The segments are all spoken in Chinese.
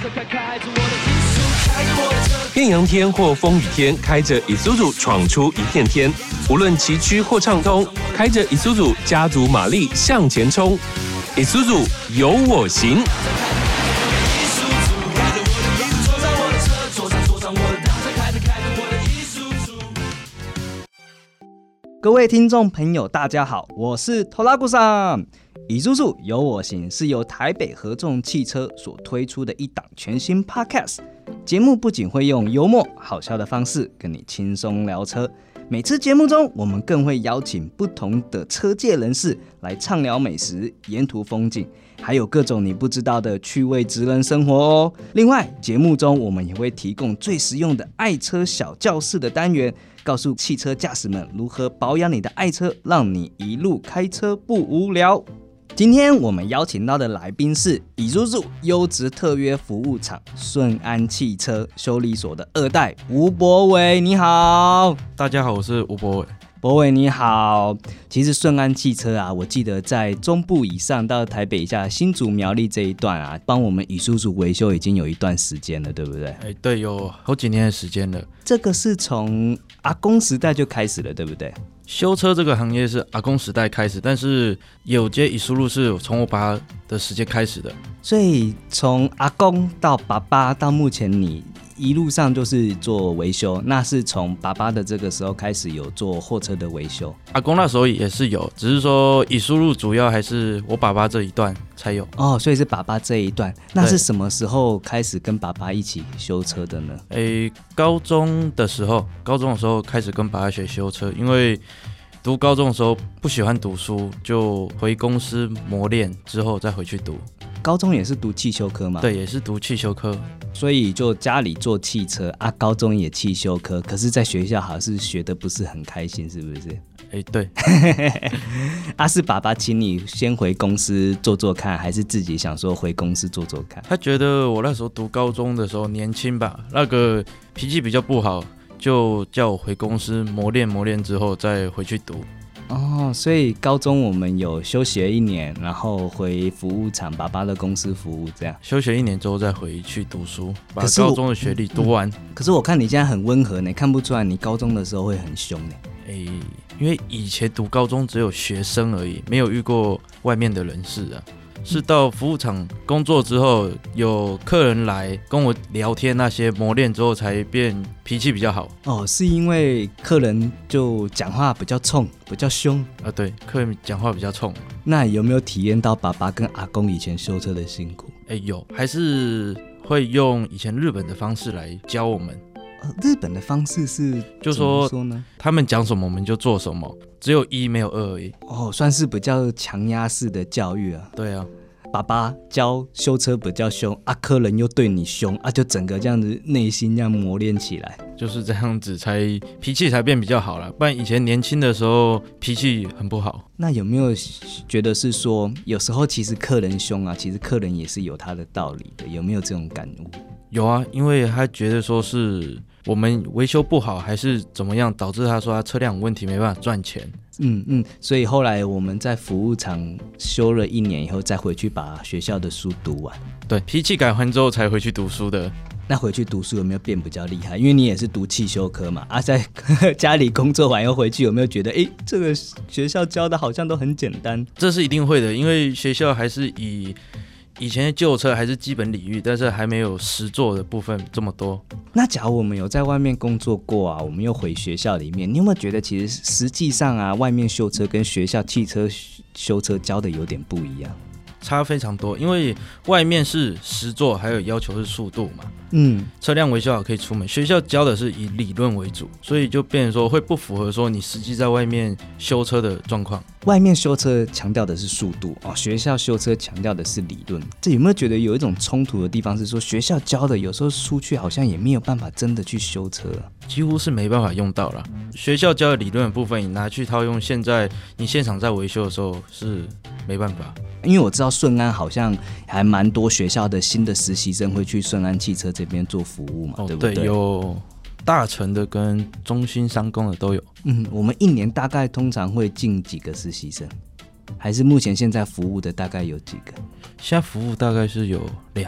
艳阳天或风雨天，开着 Isuzu 闯出一片天。无论崎岖或畅通，开着 Isuzu 家族马力向前冲。Isuzu 有我行。 各位听众朋友，大家好，我是拖拉库桑。Isuzu 有我行是由台北合众汽车所推出的一档全新 Podcast 节目，不仅会用幽默好笑的方式跟你轻松聊车，每次节目中我们更会邀请不同的车界人士来畅聊美食、沿途风景，还有各种你不知道的趣味职人生活哦。另外，节目中我们也会提供最实用的爱车小教室的单元，告诉汽车驾驶们如何保养你的爱车，让你一路开车不无聊。今天我们邀请到的来宾是 Isuzu 优质特约服务厂顺安汽车修理所的2代吴博伟，你好。 大家好，我是吴博伟。 博伟你好。其实顺安汽车啊，我记得在中部以上到台北以下新竹苗栗这一段啊，帮我们Isuzu维修已经有一段时间了，对不对？ 对，有好几年的时间了。 这个是从阿公时代就开始了，对不对？ 修车这个行业是阿公时代开始，但是有些Isuzu是从我爸的时间开始的。 所以从阿公到爸爸到目前你一路上就是做维修，那是从爸爸的这个时候开始有做货车的维修。 阿公那时候也是有，只是说Isuzu主要还是我爸爸这一段才有。 哦，所以是爸爸这一段。那是什么时候开始跟爸爸一起修车的呢？ 高中的时候开始跟爸爸学修车，因为读高中的时候不喜欢读书，就回公司磨练之后再回去读。 高中也是读汽修科吗？ 对，也是读汽修科。 所以就家里做汽车啊，高中也汽修科，可是在学校好像是学的不是很开心，是不是？ 对。 是爸爸请你先回公司做做看，还是自己想说回公司做做看？ 他觉得我那时候读高中的时候年轻吧，那个脾气比较不好，就叫我回公司磨练之后再回去读。 哦，所以高中我们有休学1年，然后回服务厂爸爸的公司服务，这样休学1年之后再回去读书，把高中的学历读完。 可是我看你现在很温和呢，看不出来你高中的时候会很凶呢。 因为以前读高中只有学生而已，没有遇过外面的人士啊。是到服务厂工作之后，有客人来跟我聊天，那些磨练之后才变脾气比较好。 哦，是因为客人就讲话比较冲，比较凶啊？对，客人讲话比较冲。 那有没有体验到爸爸跟阿公以前修车的辛苦？ 有，还是会用以前日本的方式来教我们。 日本的方式是就说呢？ 他们讲什么我们就做什么，只有1没有2而已。 哦，算是比较强压式的教育啊。 对啊， 爸爸教修车比较凶啊，客人又对你凶啊，就整个这样子内心这样磨练起来， 就是这样子才脾气才变比较好了。不然以前年轻的时候脾气很不好。 那有没有觉得是说，有时候其实客人凶啊，其实客人也是有他的道理的？有没有这种感悟？ 有啊，因为他觉得说是我们维修不好还是怎么样，导致他说他车辆有问题没办法赚钱。 所以后来我们在服务厂修了1年以后，再回去把学校的书读完。 对，脾气改完之后才回去读书的。 那回去读书有没有变比较厉害？因为你也是读汽修科嘛，在家里工作完又回去，有没有觉得这个学校教的好像都很简单？ 这是一定会的，因为学校还是以前的旧车还是基本领域，但是还没有实作的部分这么多。 那假如我们有在外面工作过啊，我们又回学校里面，你有没有觉得其实实际上啊，外面修车跟学校汽车修车教的有点不一样？ 差非常多，因为外面是实作，还有要求是速度嘛。车辆维修好可以出门，学校教的是以理论为主，所以就变成说会不符合说你实际在外面修车的状况。 外面修车强调的是速度哦，学校修车强调的是理论。这有没有觉得有一种冲突的地方？是说学校教的有时候出去好像也没有办法真的去修车， 几乎是没办法用到啦。学校教的理论的部分，你拿去套用现在你现场在维修的时候是没办法。 因为我知道顺安好像还蛮多学校的新的实习生会去顺安汽车这边做服务嘛，对不对？ 对，有大成的跟中兴商工的都有。 我们1年大概通常会进几个实习生？还是目前现在服务的大概有几个？ 现在服务大概是有2个。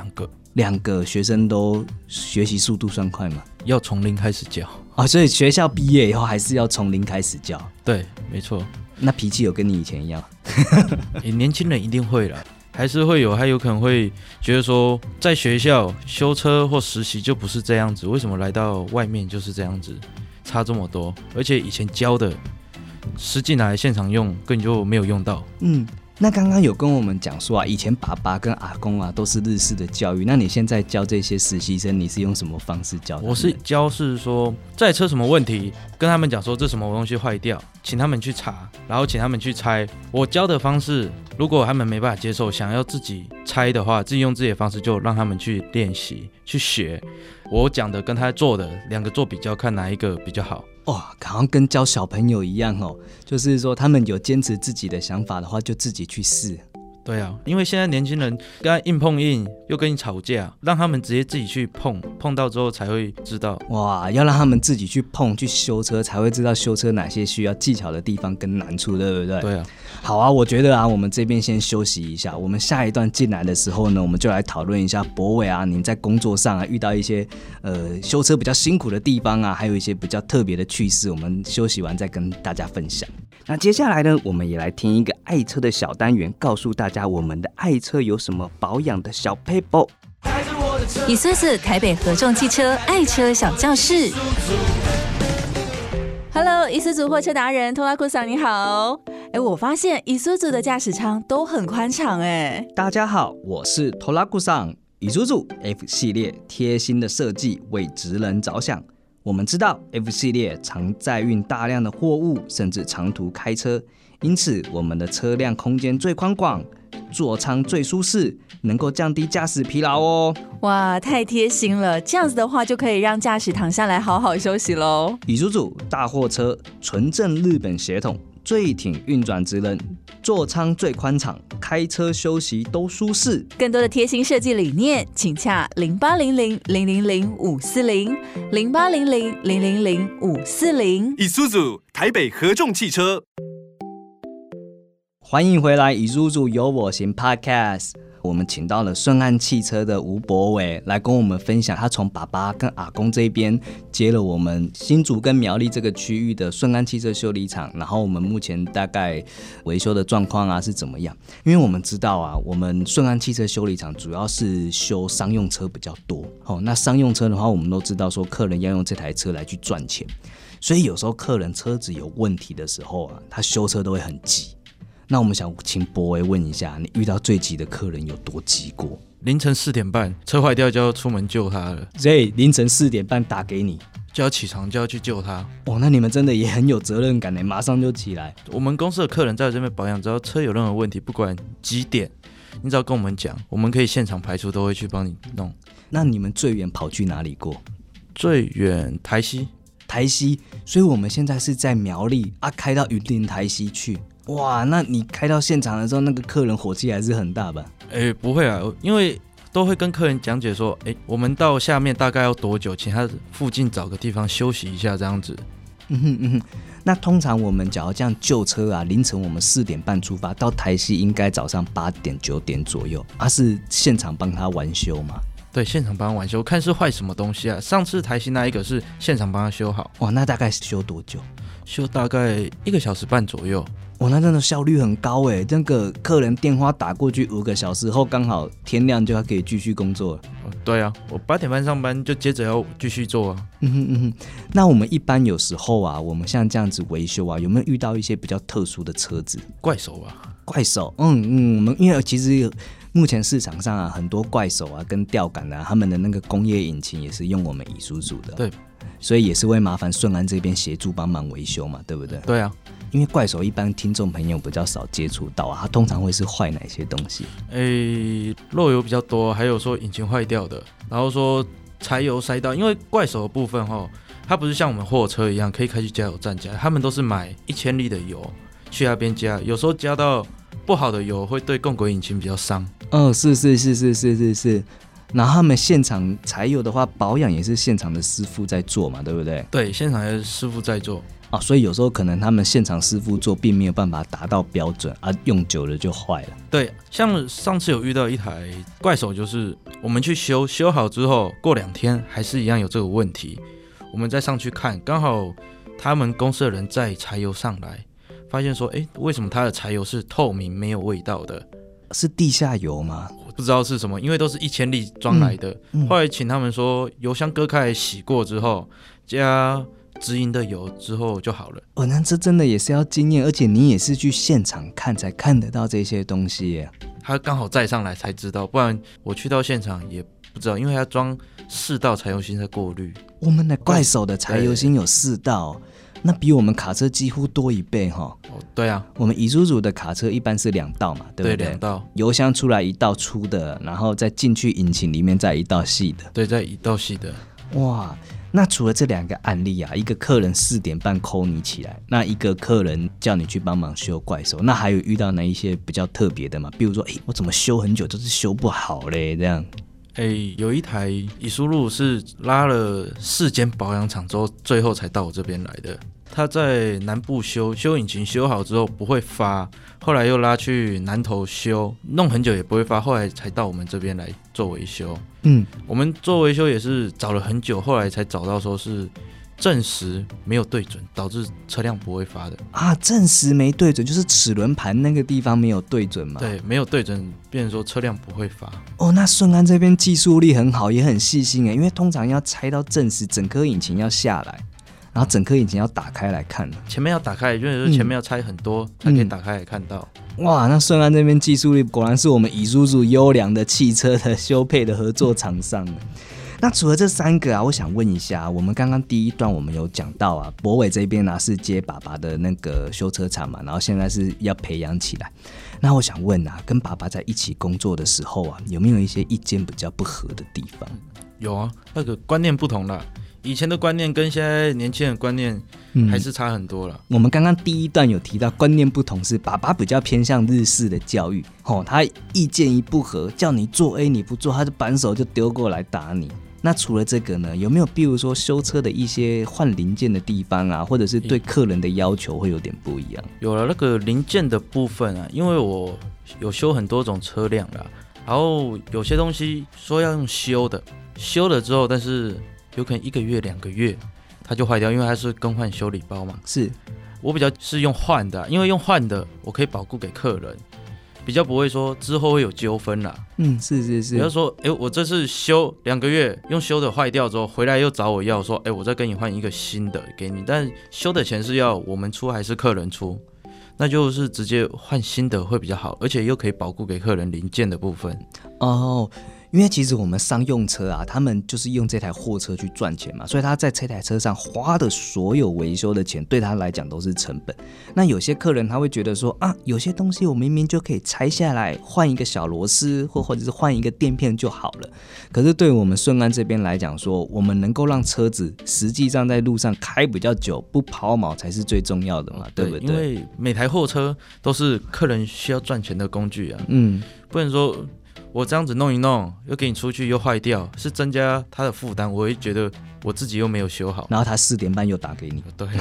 2个学生都学习速度算快吗？ 要从零开始教所以学校毕业以后还是要从零开始教。 对，没错。 那脾气有跟你以前一样？ 年轻人一定会啦，还是会有，还有可能会觉得说，在学校修车或实习就不是这样子，为什么来到外面就是这样子，差这么多？而且以前教的，实际拿来现场用，根本就没有用到。 那刚刚有跟我们讲说以前爸爸跟阿公都是日式的教育，那你现在教这些实习生，你是用什么方式教他们？ 我是教是说，这台车什么问题，跟他们讲说这什么东西坏掉，请他们去查，然后请他们去拆。我教的方式，如果他们没办法接受，想要自己拆的话，自己用自己的方式，就让他们去练习、去学。我讲的跟他做的2个做比较，看哪一个比较好。 好像跟教小朋友一样就是说他们有坚持自己的想法的话，就自己去试。 对啊，因为现在年轻人跟他硬碰硬，又跟你吵架，让他们直接自己去碰到之后才会知道。 要让他们自己去碰去修车，才会知道修车哪些需要技巧的地方跟难处，对不对？ 对啊。 好啊，我觉得我们这边先休息一下，我们下一段进来的时候呢，我们就来讨论一下博伟你在工作上遇到一些修车比较辛苦的地方还有一些比较特别的趣事，我们休息完再跟大家分享。那接下来呢，我们也来听一个爱车的小单元，告诉大家我们的爱车有什么保养的小撇步。 以苏子台北合众汽车爱车小教室。Hello， 以苏子货车达人托拉库桑你好。我发现以苏子的驾驶舱都很宽敞大家好，我是托拉库桑。以苏子 F 系列贴心的设计，为职人着想。我们知道 F 系列常载运大量的货物，甚至长途开车，因此我们的车辆空间最宽广，座舱最舒适，能够降低驾驶疲劳哇，太贴心了，这样子的话就可以让驾驶躺下来好好休息咯。 以苏组大货车，纯正日本血统，最挺运转职人，座舱最宽敞，开车休息都舒适。 更多的贴心设计理念，请洽0800000540 0800000540。 以苏组台北合众汽车。 欢迎回来，以苏组有我行 Podcast。我们请到了顺岸汽车的吴博伟来跟我们分享，他从爸爸跟阿公这边接了我们新竹跟苗栗这个区域的顺岸汽车修理厂，然后我们目前大概维修的状况是怎么样？因为我们知道我们顺岸汽车修理厂主要是修商用车比较多那商用车的话，我们都知道说客人要用这台车来去赚钱，所以有时候客人车子有问题的时候他修车都会很急。那我们想请博伟问一下，你遇到最急的客人有多急过？ 凌晨4点半，车坏掉就要出门救他了。 所以凌晨4点半打给你， 就要起床，就要去救他。 那你们真的也很有责任感马上就起来。 我们公司的客人在这边保养，只要车有任何问题，不管几点，你只要跟我们讲，我们可以现场排除，都会去帮你弄。 那你们最远跑去哪里过？ 最远台西， 所以我们现在是在苗栗开到云林台西去。哇，那你开到现场的时候，那个客人火气还是很大吧？ 不会因为都会跟客人讲解说，我们到下面大概要多久，请他附近找个地方休息一下这样子。 那通常我们假如这样救车凌晨我们4点半出发，到台西应该早上8点9点左右是现场帮他完修吗？ 对，现场帮他完修，看是坏什么东西上次台西那一个是现场帮他修好。 哇，那大概修多久？ 修大概1个小时半左右。 那真的效率很高那个客人电话打过去5个小时后，刚好天亮就可以继续工作了。 对我8点半上班，就接着要继续做那我们一般有时候我们像这样子维修有没有遇到一些比较特殊的车子？ 怪手吧？ 怪手，我们因为其实目前市场上很多怪手跟吊杆他们的那个工业引擎也是用我们以苏组的。 对， 所以也是会麻烦顺安这边协助帮忙维修嘛，对不对？ 对因为怪手一般听众朋友比较少接触到它通常会是坏哪些东西？ 漏油比较多，还有说引擎坏掉的，然后说柴油塞到，因为怪手的部分它不是像我们货车一样可以开去加油站加，他们都是买1000粒的油去那边加，有时候加到不好的油会对共轨引擎比较伤。是。然后他们现场柴油的话，保养也是现场的师傅在做嘛，对不对？ 对，现场的师傅在做。 所以有时候可能他们现场师傅做并没有办法达到标准啊，用久了就坏了。 对，像上次有遇到一台怪手，就是我们去修好之后，过2天还是一样有这个问题，我们再上去看，刚好他们公司的人载柴油上来，发现说，为什么他的柴油是透明没有味道的？ 是地下油吗？ 我不知道是什么，因为都是1000粒装来的。后来请他们说，油箱割开洗过之后，加直营的油之后就好了。 那这真的也是要经验，而且你也是去现场看才看得到这些东西耶。 他刚好载上来才知道，不然我去到现场也不知道，因为他装4道柴油芯在过滤。 我们的怪手的柴油芯有4道，那比我们卡车几乎多1倍哈。 对啊， 我们Isuzu的卡车一般是2道嘛，对不对？ 对，2道， 油箱出来1道粗的，然后再进去引擎里面再1道细的。 对，再1道细的。 哇，那除了这2个案例啊，一个客人4点半 call 你起来，那一个客人叫你去帮忙修怪手，那还有遇到哪一些比较特别的吗？比如说，我怎么修很久就是修不好嘞，这样。 有一台Isuzu是拉了4间保养厂之后，最后才到我这边来的。他在南部修引擎修好之后不会发，后来又拉去南投修，弄很久也不会发，后来才到我们这边来做维修。我们做维修也是找了很久，后来才找到说是正时没有对准，导致车辆不会发的啊。正时没对准，就是齿轮盘那个地方没有对准嘛？ 对，没有对准，变成说车辆不会发。 那顺安这边技术力很好，也很细心因为通常要拆到正时，整颗引擎要下来，然后整颗引擎要打开来看， 前面要打开，就是前面要拆很多才可以打开来看到。 哇，那顺安这边技术力果然是我们Isuzu优良的汽车的修配的合作厂商。那除了这3个啊，我想问一下，我们刚刚第一段我们有讲到啊，博伟这边是接爸爸的那个修车厂嘛，然后现在是要培养起来。那我想问啊，跟爸爸在一起工作的时候啊，有没有一些意见比较不合的地方？ 有啊，那个观念不同啦。以前的观念跟现在年轻人的观念还是差很多了。 我们刚刚第一段有提到观念不同，是爸爸比较偏向日式的教育，他意见一不合，叫你做 A 你不做，他就扳手就丢过来打你。那除了这个呢，有没有比如说修车的一些换零件的地方啊，或者是对客人的要求会有点不一样？ 有了那个零件的部分啊，因为我有修很多种车辆啦，然后有些东西说要用修了之后，但是有可能1个月2个月它就坏掉，因为它是更换修理包嘛。 是我比较是用换的，因为用换的我可以保固给客人，比较不会说之后会有纠纷啦。 是。 比如说，我这次修2个月，用修的坏掉之后，回来又找我要说，我再跟你换一个新的给你，但修的钱是要我们出还是客人出？那就是直接换新的会比较好，而且又可以保固给客人零件的部分。 因为其实我们商用车啊，他们就是用这台货车去赚钱嘛，所以他在这台车上花的所有维修的钱，对他来讲都是成本。那有些客人他会觉得说有些东西我明明就可以拆下来换一个小螺丝，或者是换一个垫片就好了。可是对我们顺安这边来讲说，我们能够让车子实际上在路上开比较久，不抛锚才是最重要的嘛，对不对？ 因为每台货车都是客人需要赚钱的工具啊，不能说我这样子弄一弄，又给你出去又坏掉，是增加他的负担，我会觉得我自己又没有修好， 然后他4点半又打给你。 对，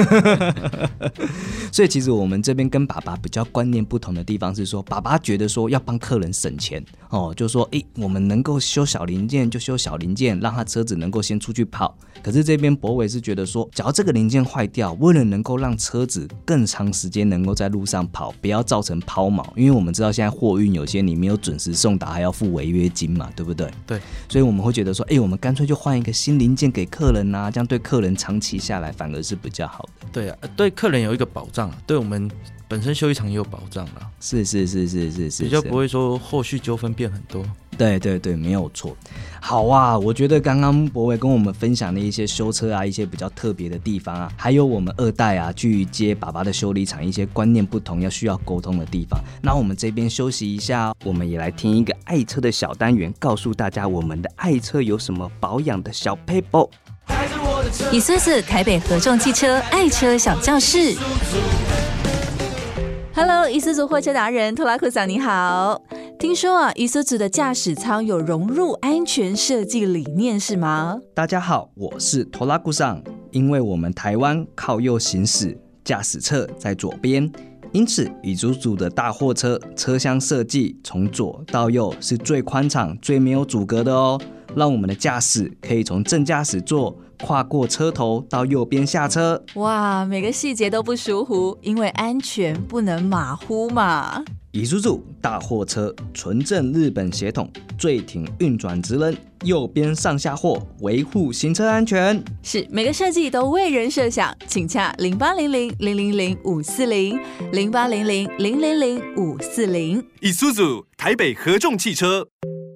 所以其实我们这边跟爸爸比较观念不同的地方是说，爸爸觉得说要帮客人省钱就说我们能够修小零件就修小零件，让他车子能够先出去跑。可是这边博伟是觉得说，只要这个零件坏掉，为了能够让车子更长时间能够在路上跑，不要造成抛锚，因为我们知道现在货运有些你没有准时送达还要付违约金嘛，对不对？ 对， 所以我们会觉得说，我们干脆就换一个新零件给客人啊，这样对客人长期下来反而是比较好的。 对啊，对客人有一个保障，对我们本身修理厂也有保障啦。 是， 比较不会说后续纠纷变很多。 对，没有错。好啊，我觉得刚刚博伟跟我们分享的一些修车啊，一些比较特别的地方啊，还有我们2代啊去接爸爸的修理厂一些观念不同要需要沟通的地方。那我们这边休息一下，我们也来听一个爱车的小单元，告诉大家我们的爱车有什么保养的小撇步。 Isuzu台北合众汽车爱车小教室。Hello， Isuzu货车达人托拉库桑你好。听说Isuzu的驾驶舱有融入安全设计理念是吗？ 大家好，我是托拉库桑。 因为我们台湾靠右行驶，驾驶侧在左边，因此Isuzu的大货车车厢设计从左到右是最宽敞、最没有阻隔的哦，让我们的驾驶可以从正驾驶座跨过车头到右边下车。 哇，每个细节都不疏忽，因为安全不能马虎嘛。 Isuzu大货车纯正日本血统，最挺运转职能，右边上下货，维护行车安全。 是，每个设计都为人设想，请洽0800000540 0800000540。 Isuzu 台北合众汽车。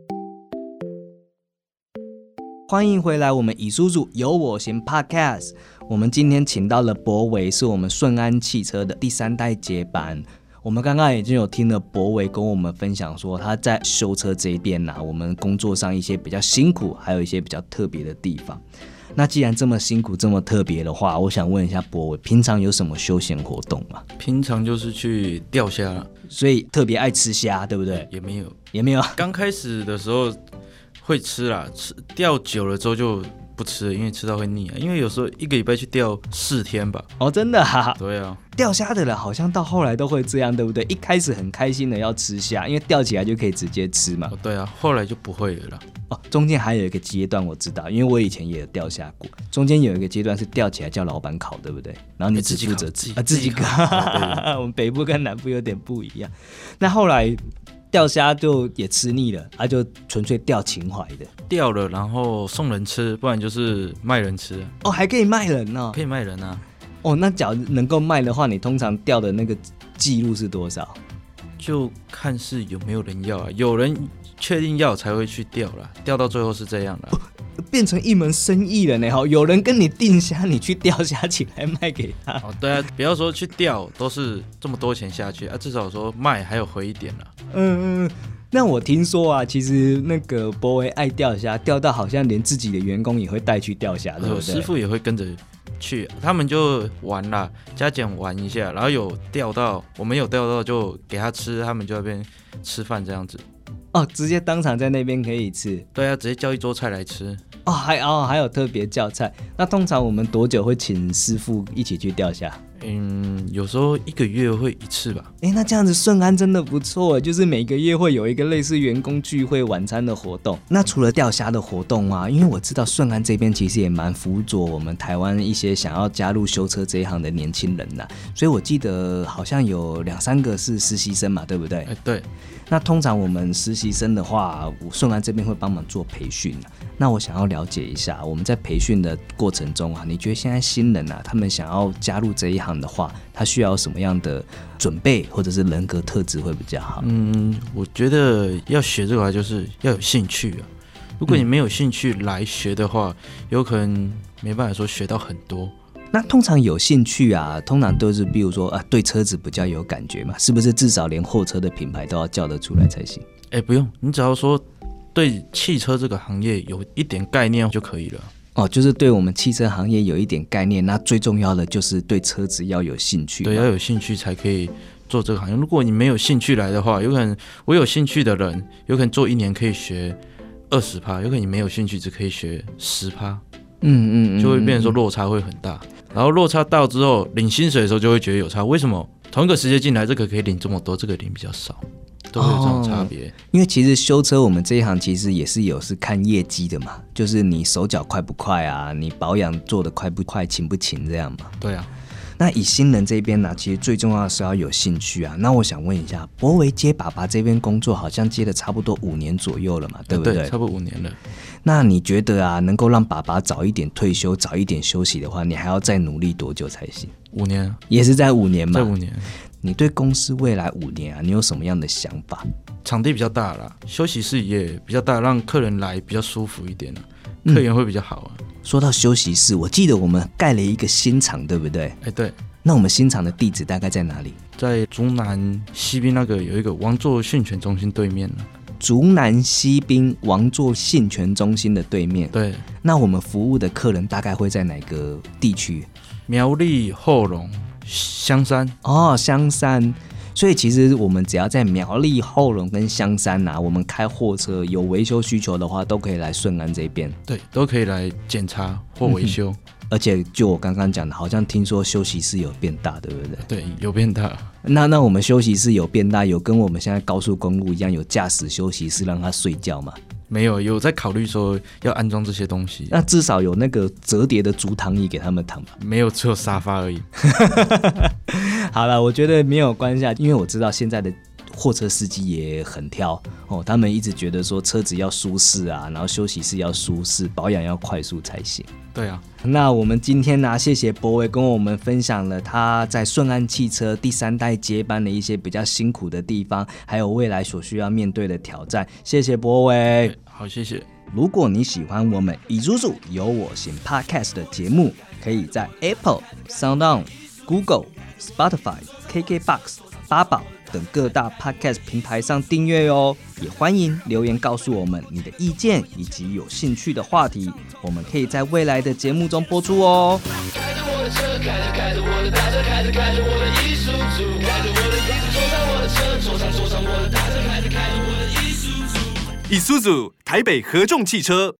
欢迎回来，我们Isuzu有我行 Podcast。我们今天请到了博维，是我们顺安汽车的第3代接班。我们刚刚已经有听了博维跟我们分享说，他在修车这一边我们工作上一些比较辛苦，还有一些比较特别的地方。那既然这么辛苦这么特别的话，我想问一下博维，平常有什么休闲活动吗？ 平常就是去钓虾啦， 所以特别爱吃虾，对不对？ 也没有。刚开始的时候会吃啦，钓久了之后就不吃了，因为吃到会腻啊。因为有时候一个礼拜去钓4天吧。 哦，真的啊？ 对啊。 钓虾的人好像到后来都会这样，对不对？一开始很开心的要吃虾，因为钓起来就可以直接吃嘛。 哦，对啊，后来就不会了啦。 哦，中间还有一个阶段我知道，因为我以前也有钓虾过。中间有一个阶段是钓起来叫老板烤，对不对？然后你只负责自己烤。我们北部跟南部有点不一样。那后来钓虾就也吃腻了，就纯粹钓情怀的。 钓了然后送人吃，不然就是卖人吃。 哦，还可以卖人哦？ 可以卖人啊。 哦，那假如能够卖的话，你通常钓的那个记录是多少？ 就看是有没有人要啊，有人确定要才会去钓啦，钓到最后是这样啦。 变成一门生意了呢，有人跟你订虾，你去钓虾起来卖给他。 哦，对啊，不要说去钓都是这么多钱下去啊，至少说卖还有回一点啦。 那我听说啊，其实那个博维爱钓虾，钓到好像连自己的员工也会带去钓虾，对不对？ 师傅也会跟着去，他们就玩啦，加减玩一下，然后有钓到，我们有钓到就给他吃，他们就在那边吃饭这样子。 哦，直接当场在那边可以吃？对啊，直接叫一桌菜来吃。 哦，还有特别叫菜。那通常我们多久会请师傅一起去钓虾？ 有时候1个月会1次吧。 那这样子顺安真的不错，就是每个月会有一个类似员工聚会晚餐的活动。那除了钓虾的活动啊，因为我知道顺安这边其实也蛮辅佐我们台湾一些想要加入修车这一行的年轻人呐，所以我记得好像有2-3个是实习生嘛，对不对？ 对。 那通常我们实习生的话，顺安这边会帮忙做培训。那我想要了解一下，我们在培训的过程中啊，你觉得现在新人啊，他们想要加入这一行的话，他需要什么样的准备或者是人格特质会比较好？ 我觉得要学这个话，就是要有兴趣啊。如果你没有兴趣来学的话，有可能没办法说学到很多。 那通常有兴趣啊，通常都是比如说对车子比较有感觉嘛，是不是至少连后车的品牌都要叫得出来才行？ 不用，你只要说对汽车这个行业有一点概念就可以了。 哦，就是对我们汽车行业有一点概念，那最重要的就是对车子要有兴趣。 对，要有兴趣才可以做这个行业。如果你没有兴趣来的话，有可能我有兴趣的人，有可能做1年可以学20%，有可能你没有兴趣只可以学10%。就会变成说落差会很大。然后落差到之后，领薪水的时候就会觉得有差。为什么同一个时间进来，这个可以领这么多，这个领比较少，都会有这种差别。 因为其实修车我们这一行其实也是看业绩的嘛，就是你手脚快不快啊，你保养做得快不快、勤不勤这样嘛。 对啊。 那以新人这边呢，其实最重要的是要有兴趣啊。那我想问一下，博维接爸爸这边工作好像接了差不多5年左右了嘛，对不对？ 对，差不多5年了。 那你觉得啊，能够让爸爸早一点退休、早一点休息的话，你还要再努力多久才行 ？5年， 也是在5年嘛？ 在5年。 你对公司未来5年啊，你有什么样的想法？ 场地比较大啦，休息室也比较大，让客人来比较舒服一点，客源会比较好啊。 说到休息室，我记得我们盖了一个新厂，对不对？ 对。 那我们新厂的地址大概在哪里？ 在竹南西滨那个有一个王座训犬中心对面了。 竹南西滨王座训犬中心的对面。 对。 那我们服务的客人大概会在哪个地区？ 苗栗、后龙、香山。 哦，香山。所以其实我们只要在苗栗、后龙跟香山啊，我们开货车有维修需求的话，都可以来顺安这边。 对，都可以来检查或维修。 而且就我刚刚讲的，好像听说休息室有变大，对不对？ 对，有变大。 那我们休息室有变大，有跟我们现在高速公路一样有驾驶休息室让他睡觉吗？ 没有，有在考虑说要安装这些东西。 那至少有那个折叠的竹躺椅给他们躺吧？ 没有，只有沙发而已。 好了，我觉得没有关系啊，因为我知道现在的货车司机也很挑哦，他们一直觉得说车子要舒适啊，然后休息室要舒适，保养要快速才行。 对啊， 那我们今天呢，谢谢博伟跟我们分享了他在顺安汽车第3代接班的一些比较辛苦的地方，还有未来所需要面对的挑战。谢谢博伟。 好，谢谢。 如果你喜欢我们以叔叔有我行 Podcast 的节目，可以在 Apple、SoundOn、Google、Spotify、KKBox、八宝等各大 Podcast 平台上订阅哦。也欢迎留言告诉我们你的意见以及有兴趣的话题，我们可以在未来的节目中播出哦。 开着我的车，开着我的大车，开着我的艺术组，开着我的艺术，坐上我的车，坐上我的大车，开着我的艺术组。 Isuzu 台北合众汽车。